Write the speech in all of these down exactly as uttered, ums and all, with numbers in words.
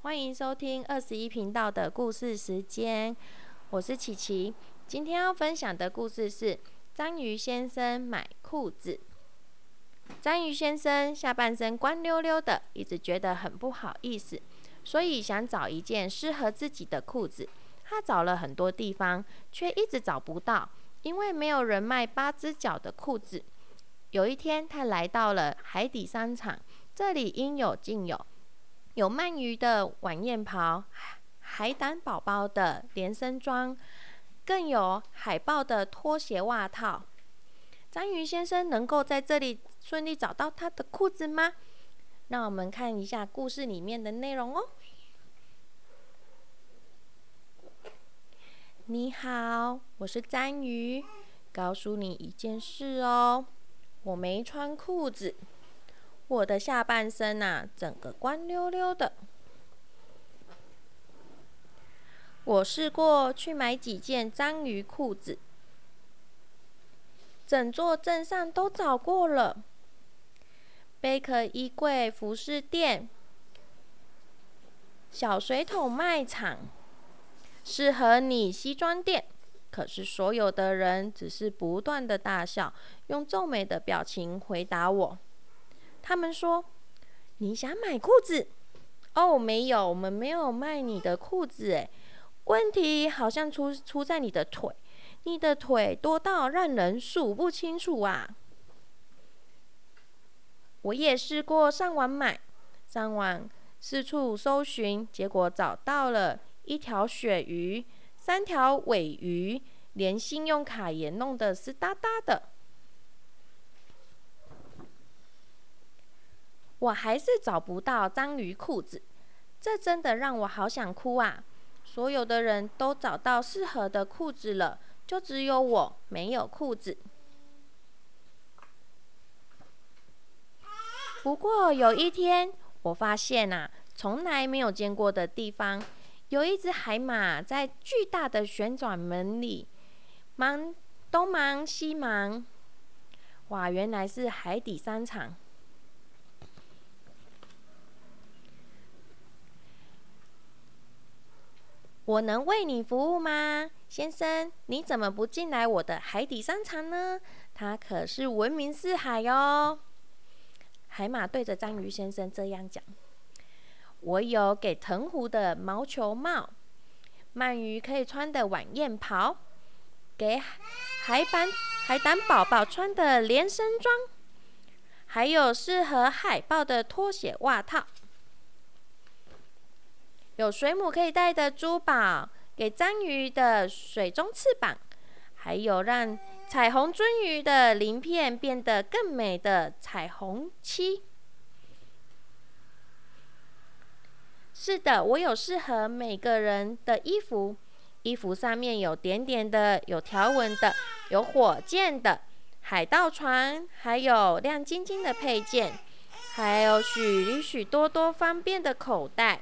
欢迎收听二十一频道的故事时间，我是琪琪。今天要分享的故事是章鱼先生买裤子。章鱼先生下半身光溜溜的，一直觉得很不好意思，所以想找一件适合自己的裤子。他找了很多地方，却一直找不到，因为没有人卖八只脚的裤子。有一天，他来到了海底商场，这里应有尽有，有鳗鱼的晚宴袍，海胆宝宝的连身装，更有海豹的拖鞋袜套。章鱼先生能够在这里顺利找到他的裤子吗？让我们看一下故事里面的内容哦。你好，我是章鱼，告诉你一件事哦，我没穿裤子，我的下半身啊，整个光溜溜的。我试过去买几件章鱼裤子，整座镇上都找过了，贝壳衣柜、服饰店、小水桶卖场、适合你西装店，可是所有的人只是不断的大笑，用皱眉的表情回答我。他们说：“你想买裤子？哦，没有，我们没有卖你的裤子诶。问题好像出出在你的腿，你的腿多到让人数不清楚啊！”我也试过上网买，上网四处搜寻，结果找到了一条鳕鱼，三条尾鱼，连信用卡也弄得湿哒哒的。我还是找不到章鱼裤子，这真的让我好想哭啊！所有的人都找到适合的裤子了，就只有我没有裤子。不过有一天，我发现啊，从来没有见过的地方，有一只海马在巨大的旋转门里忙东忙西忙。哇，原来是海底商场。我能为你服务吗，先生？你怎么不进来我的海底商场呢？它可是闻名四海哟。海马对着章鱼先生这样讲。我有给藤壶的毛球帽，鳗鱼可以穿的晚宴袍，给海胆海胆宝宝穿的连身装，还有适合海豹的拖鞋袜套。有水母可以戴的珠宝，给章鱼的水中翅膀，还有让彩虹鳟鱼的鳞片变得更美的彩虹漆。是的，我有适合每个人的衣服，衣服上面有点点的，有条纹的，有火箭的，海盗船，还有亮晶晶的配件，还有许许多多方便的口袋。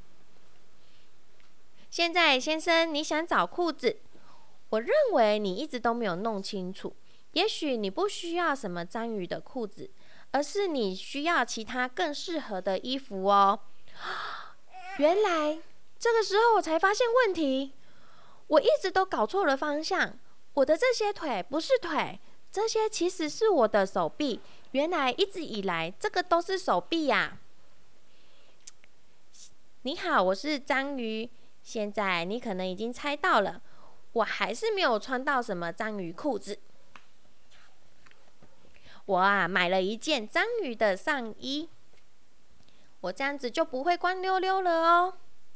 现在，先生，你想找裤子？我认为你一直都没有弄清楚。也许你不需要什么章鱼的裤子，而是你需要其他更适合的衣服哦。原来，这个时候我才发现问题。我一直都搞错了方向。我的这些腿不是腿，这些其实是我的手臂。原来一直以来，这个都是手臂呀。你好，我是章鱼。现在你可能已经猜到了，我还是没有穿到什么章鱼裤子。我啊，买了一件章鱼的上衣，我这样子就不会光溜溜了哦。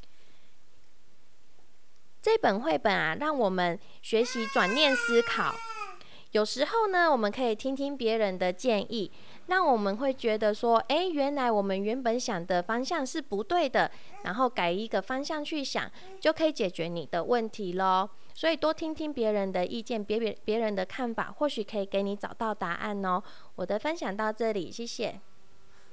这本绘本啊，让我们学习转念思考。有时候呢，我们可以听听别人的建议，让我们会觉得说，哎，原来我们原本想的方向是不对的，然后改一个方向去想，就可以解决你的问题咯。所以多听听别人的意见，别别别人的看法，或许可以给你找到答案哦。我的分享到这里，谢谢。